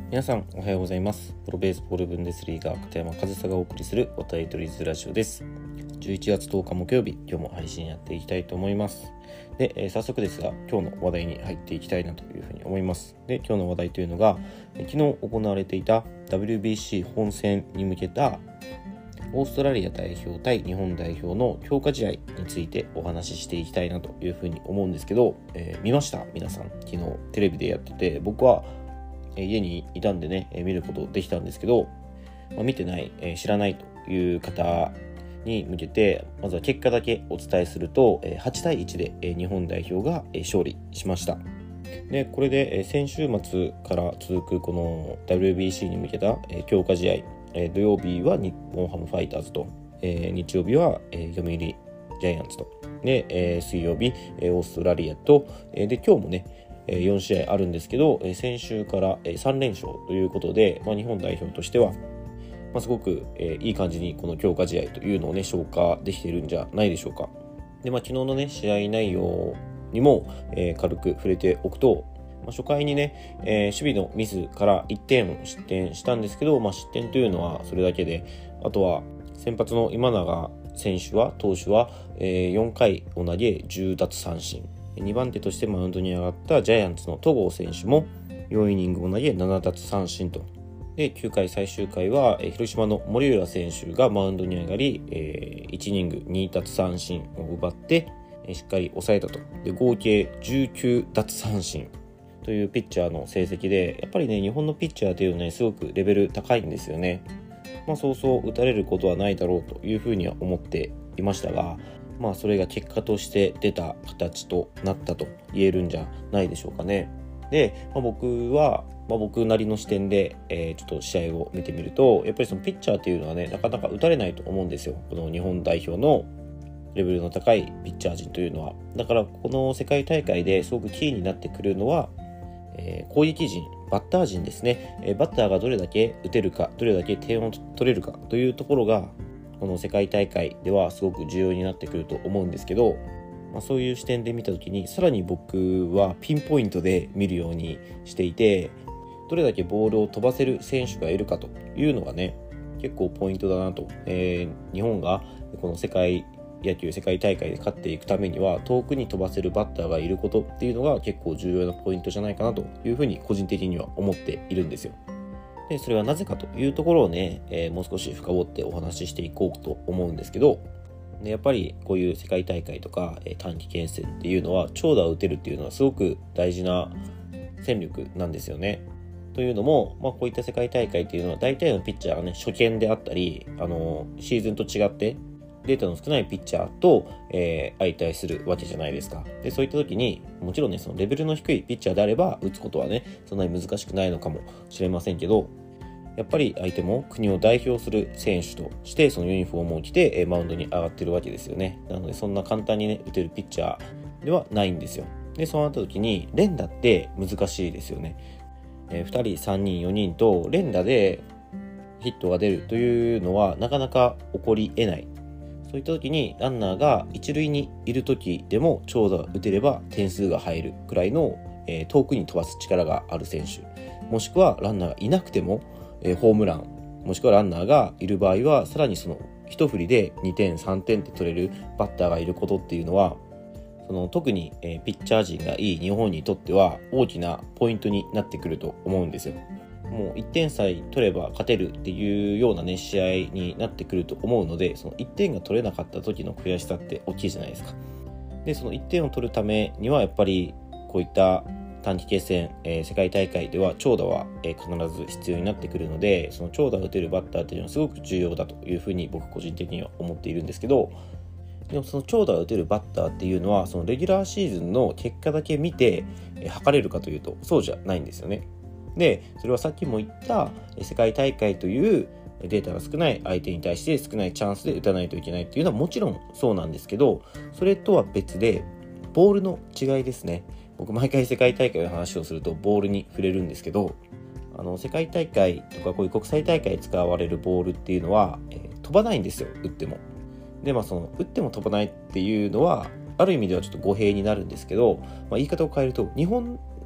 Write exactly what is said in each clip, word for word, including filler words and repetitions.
皆さんおはようございます。プロベースボールブンデスリーガー片山和沙がお送りするおタイトルズラジオです。じゅういちがつとおか木曜日、今日も配信やっていきたいと思います。で、えー、早速ですが今日の話題に入っていきたいなというふうに思います。で、今日の話題というのが昨日行われていた ダブリュービーシー 本戦に向けたオーストラリア代表対日本代表の強化試合についてお話ししていきたいなというふうに思うんですけど、えー、見ました皆さん。昨日テレビでやってて、僕は家にいたんでね、見ることできたんですけど、まあ、見てない、知らないという方に向けて、まずは結果だけお伝えすると、はちたいいちで日本代表が勝利しました。で、これで先週末から続くこの ダブリュービーシー に向けた強化試合、土曜日は日本ハムファイターズと、日曜日は読売ジャイアンツと、で、水曜日オーストラリアと、で今日もねよんしあいあるんですけど、先週からさんれんしょうということで、まあ、日本代表としては、まあ、すごくいい感じにこの強化試合というのをね消化できているんじゃないでしょうか。で、まあ、昨日のね試合内容にも軽く触れておくと、まあ、初回にね、えー、守備のミスからいってん失点したんですけど、まあ、失点というのはそれだけで、あとは先発の今永選手は投手はよんかいを投げじゅうだつさんしん、にばんてとしてマウンドに上がったジャイアンツの戸郷選手もよんイニングを投げななだつさんしんと。で、きゅうかい最終回は広島の森浦選手がマウンドに上がり、いちイニングにだつさんしんを奪ってしっかり抑えたと。で、合計じゅうきゅうだつさんしんというピッチャーの成績で、やっぱりね日本のピッチャーというのは、ね、すごくレベル高いんですよね。まあ、そうそう打たれることはないだろうというふうには思っていましたが、まあそれが結果として出た形となったと言えるんじゃないでしょうかね。で、まあ、僕は、まあ、僕なりの視点で、えー、ちょっと試合を見てみると、やっぱりそのピッチャーというのはねなかなか打たれないと思うんですよ。この日本代表のレベルの高いピッチャー陣というのは。だからこの世界大会ですごくキーになってくるのは、えー、攻撃陣、バッター陣ですね、えー、バッターがどれだけ打てるか、どれだけ点を取れるかというところがこの世界大会ではすごく重要になってくると思うんですけど、まあ、そういう視点で見たときにさらに僕はピンポイントで見るようにしていて、どれだけボールを飛ばせる選手がいるかというのがね結構ポイントだなと、えー、日本がこの世界野球世界大会で勝っていくためには遠くに飛ばせるバッターがいることっていうのが結構重要なポイントじゃないかなというふうに個人的には思っているんですよ。で、それはなぜかというところをね、えー、もう少し深掘ってお話ししていこうと思うんですけど、でやっぱりこういう世界大会とか、えー、短期決戦っていうのは長打を打てるっていうのはすごく大事な戦力なんですよね。というのも、まあ、こういった世界大会っていうのは大体のピッチャーがね初見であったり、あのー、シーズンと違ってデータの少ないピッチャーと、えー、相対するわけじゃないですか。で、そういった時にもちろんねそのレベルの低いピッチャーであれば打つことはねそんなに難しくないのかもしれませんけど、やっぱり相手も国を代表する選手としてそのユニフォームを着てマウンドに上がってるわけですよね。なのでそんな簡単にね打てるピッチャーではないんですよ。で、そうなった時に連打って難しいですよね。えー、ふたりさんにんよにんと連打でヒットが出るというのはなかなか起こり得ない。そういった時にランナーが一塁にいる時でも長打が打てれば点数が入るくらいの、えー、遠くに飛ばす力がある選手、もしくはランナーがいなくても、えー、ホームラン、もしくはランナーがいる場合はさらにその一振りでにてんさんてんって取れるバッターがいることっていうのは、その特に、えー、ピッチャー陣がいい日本にとっては大きなポイントになってくると思うんですよ。もういってんさえ取れば勝てるっていうようなね試合になってくると思うので、そのいってんが取れなかった時の悔しさって大きいじゃないですか。で、そのいってんを取るためにはやっぱりこういった短期決戦、えー、世界大会では長打は、えー、必ず必要になってくるので、その長打を打てるバッターっていうのはすごく重要だというふうに僕個人的には思っているんですけど、でもその長打を打てるバッターっていうのはそのレギュラーシーズンの結果だけ見て、えー、測れるかというとそうじゃないんですよね。で、それはさっきも言った世界大会というデータが少ない相手に対して少ないチャンスで打たないといけないっていうのはもちろんそうなんですけど、それとは別でボールの違いですね。僕毎回世界大会の話をするとボールに触れるんですけど、あの世界大会とかこういう国際大会で使われるボールっていうのは、えー、飛ばないんですよ、打っても。で、まあその打っても飛ばないっていうのはある意味ではちょっと語弊になるんですけど、まあ、言い方を変えると日本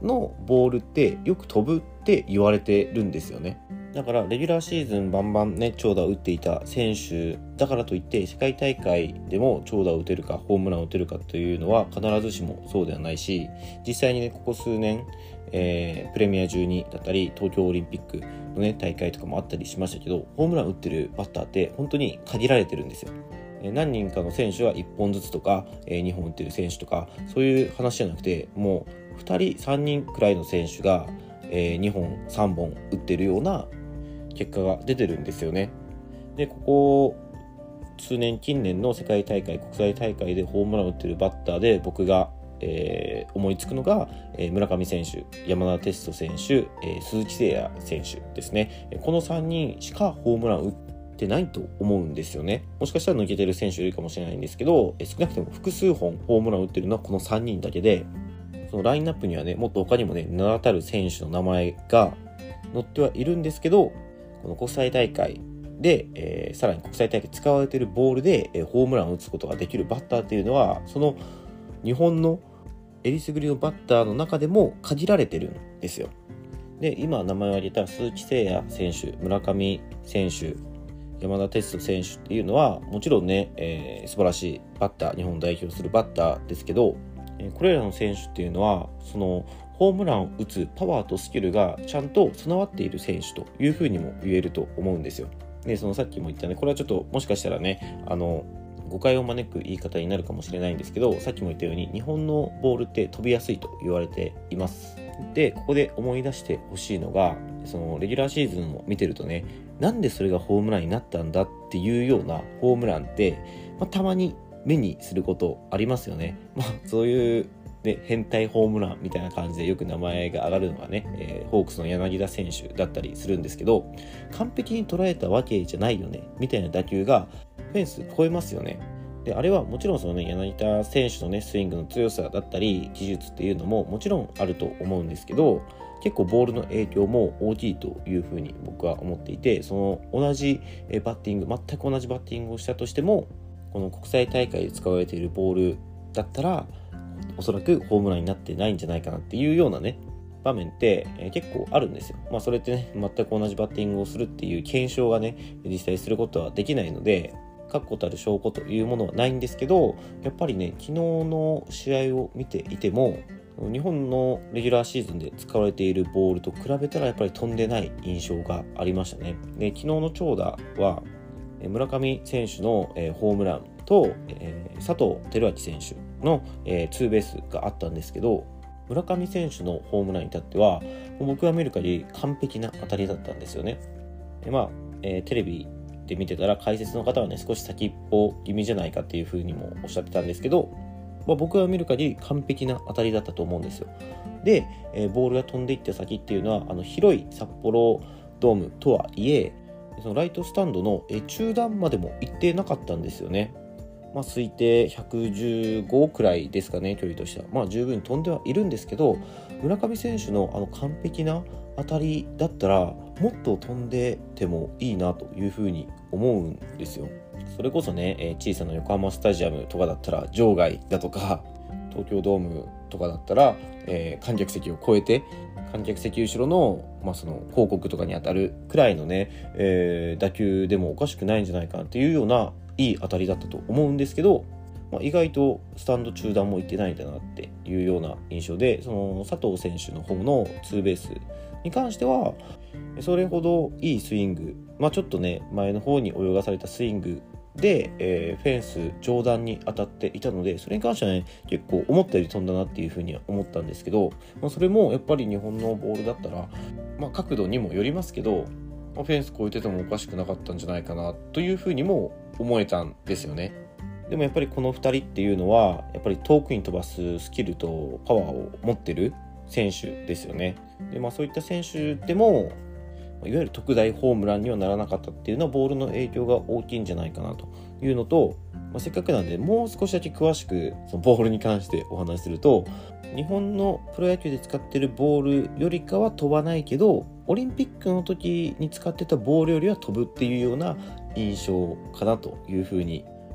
のボールってよく飛ぶって言われてるんですよね。だからレギュラーシーズンバンバンね長打を打っていた選手だからといって世界大会でも長打を打てるかホームランを打てるかというのは必ずしもそうではないし、実際にねここ数年、えー、プレミアじゅうにだったり東京オリンピックのね大会とかもあったりしましたけど、ホームラン打ってるバッターって本当に限られてるんですよ。何人かの選手はいっぽんずつとかにほん打ってる選手とかそういう話じゃなくて、もうふたりさんにんくらいの選手がにほんさんぼん打ってるような結果が出てるんですよね。でここ数年近年の世界大会国際大会でホームランを打ってるバッターで僕が、えー、思いつくのが、えー、村上選手、山田哲人選手、えー、鈴木誠也選手ですね。このさんにんしかホームランを打ってないと思うんですよね。もしかしたら抜けてる選手いるかもしれないんですけど、少なくとも複数本ホームランを打ってるのはこのさんにんだけで、そのラインナップにはねもっと他にもね名だたる選手の名前が載ってはいるんですけど、この国際大会で、えー、さらに国際大会使われているボールで、えー、ホームランを打つことができるバッターっていうのはその日本のえりすぐりのバッターの中でも限られてるんですよ。で今名前を挙げた鈴木誠也選手、村上選手、山田哲人選手っていうのはもちろんね、えー、素晴らしいバッター、日本を代表するバッターですけど、えー、これらの選手っていうのはそのホームランを打つパワーとスキルがちゃんと備わっている選手というふうにも言えると思うんですよ。でそのさっきも言ったね、これはちょっともしかしたらねあの誤解を招く言い方になるかもしれないんですけど、さっきも言ったように日本のボールって飛びやすいと言われています。でここで思い出してほしいのが、そのレギュラーシーズンを見てるとね、なんでそれがホームランになったんだっていうようなホームランって、まあ、たまに目にすることありますよね。まあそういうね、変態ホームランみたいな感じでよく名前が上がるのがね、えー、ホークスの柳田選手だったりするんですけど、完璧に捉えたわけじゃないよねみたいな打球がフェンス越えますよね。であれはもちろんそのね柳田選手のねスイングの強さだったり技術っていうのももちろんあると思うんですけど、結構ボールの影響も大きいというふうに僕は思っていて、その同じバッティング全く同じバッティングをしたとしても、この国際大会で使われているボールだったらおそらくホームランになってないんじゃないかなっていうようなね場面って、えー、結構あるんですよ。まあそれってね全く同じバッティングをするっていう検証がね実際することはできないので確固たる証拠というものはないんですけど、やっぱりね昨日の試合を見ていても日本のレギュラーシーズンで使われているボールと比べたらやっぱり飛んでない印象がありましたね。で昨日の長打は村上選手の、えー、ホームランと、えー、佐藤輝明選手の、えー、ツーベースがあったんですけど、村上選手のホームランに至っては僕が見る限り完璧な当たりだったんですよね。でまあ、えー、テレビで見てたら解説の方はね少し先っぽ気味じゃないかっていう風にもおっしゃってたんですけど、まあ、僕が見る限り完璧な当たりだったと思うんですよ。で、えー、ボールが飛んでいった先っていうのはあの広い札幌ドームとはいえそのライトスタンドの中段までも行ってなかったんですよね。まあ、推定ひゃくじゅうごくらいですかね、距離としては。まあ十分飛んではいるんですけど、村上選手のあの完璧な当たりだったらもっと飛んでてもいいなというふうに思うんですよ。それこそね、えー、小さな横浜スタジアムとかだったら場外だとか、東京ドームとかだったら、えー、観客席を越えて観客席後ろの、まあ、その広告とかに当たるくらいのね、えー、打球でもおかしくないんじゃないかなっていうようないい当たりだったと思うんですけど、まあ、意外とスタンド中段も行ってないんだなっていうような印象で、その佐藤選手の方のツーベースに関してはそれほどいいスイング、まあ、ちょっとね前の方に泳がされたスイングで、えー、フェンス上段に当たっていたので、それに関してはね結構思ったより飛んだなっていうふうには思ったんですけど、まあ、それもやっぱり日本のボールだったら、まあ、角度にもよりますけど、まあ、フェンス越えててもおかしくなかったんじゃないかなというふうにも思えたんですよね。でもやっぱりこのふたりっていうのはやっぱり遠くに飛ばすスキルとパワーを持ってる選手ですよね。で、まあ、そういった選手でもいわゆる特大ホームランにはならなかったっていうのはボールの影響が大きいんじゃないかなというのと、まあ、せっかくなんでもう少しだけ詳しくそのボールに関してお話しすると、日本のプロ野球で使ってるボールよりかは飛ばないけどオリンピックの時に使ってたボールよりは飛ぶっていうような印象かなというふうに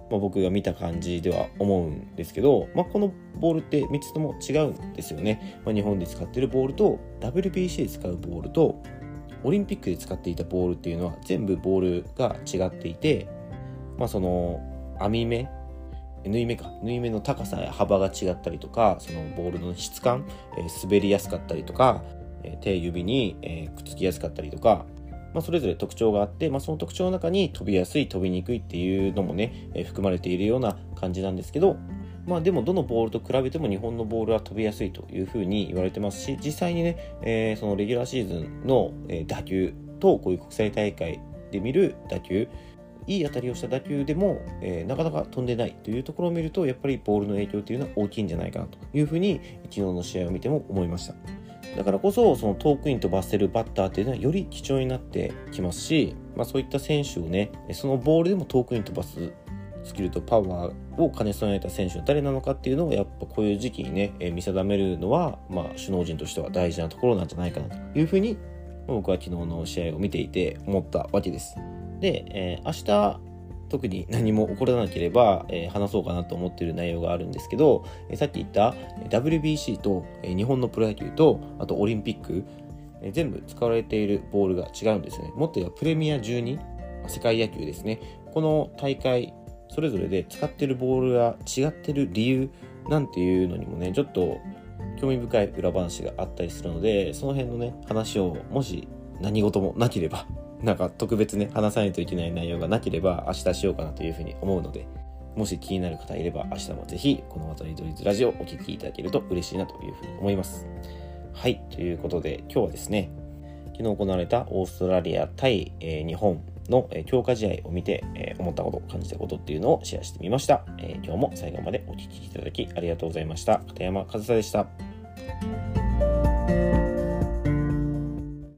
まあ、僕が見た感じでは思うんですけど、まあ、このボールってみっつとも違うんですよね。まあ、日本で使っているボールと ダブリュービーシー で使うボールとオリンピックで使っていたボールっていうのは全部ボールが違っていて、まあ、その網目縫い目か縫い目の高さや幅が違ったりとか、そのボールの質感、えー、滑りやすかったりとか、えー、手指に、えー、くっつきやすかったりとか、まあ、それぞれ特徴があって、まあ、その特徴の中に飛びやすい飛びにくいっていうのもね、えー、含まれているような感じなんですけど、まあ、でもどのボールと比べても日本のボールは飛びやすいというふうに言われてますし、実際にね、えー、そのレギュラーシーズンの、えー、打球とこういう国際大会で見る打球、いい当たりをした打球でも、えー、なかなか飛んでないというところを見ると、やっぱりボールの影響というのは大きいんじゃないかなというふうに昨日の試合を見ても思いました。だからこそ、その遠くに飛ばせるバッターというのはより貴重になってきますし、まあ、そういった選手をね、そのボールでも遠くに飛ばすスキルとパワーを兼ね備えた選手は誰なのかっていうのをやっぱこういう時期にね、見定めるのは、まあ、首脳陣としては大事なところなんじゃないかなというふうに僕は昨日の試合を見ていて思ったわけです。で、えー、明日特に何も起こらなければ、えー、話そうかなと思っている内容があるんですけど、えー、さっき言った ダブリュービーシー と、えー、日本のプロ野球とあとオリンピック、えー、全部使われているボールが違うんですね。もっと言えばプレミアじゅうに、世界野球ですね。この大会それぞれで使っているボールが違っている理由なんていうのにもね、ちょっと興味深い裏話があったりするので、その辺のね話をもし何事もなければなんか特別ね話さないといけない内容がなければ明日しようかなというふうに思うので、もし気になる方いれば明日もぜひこの渡り鳥ズラジオをお聞きいただけると嬉しいなというふうに思います。はい、ということで今日はですね、昨日行われたオーストラリア対、えー、日本の、えー、強化試合を見て、えー、思ったこと、感じたことっていうのをシェアしてみました。えー、今日も最後までお聞きいただきありがとうございました。片山和沙でした。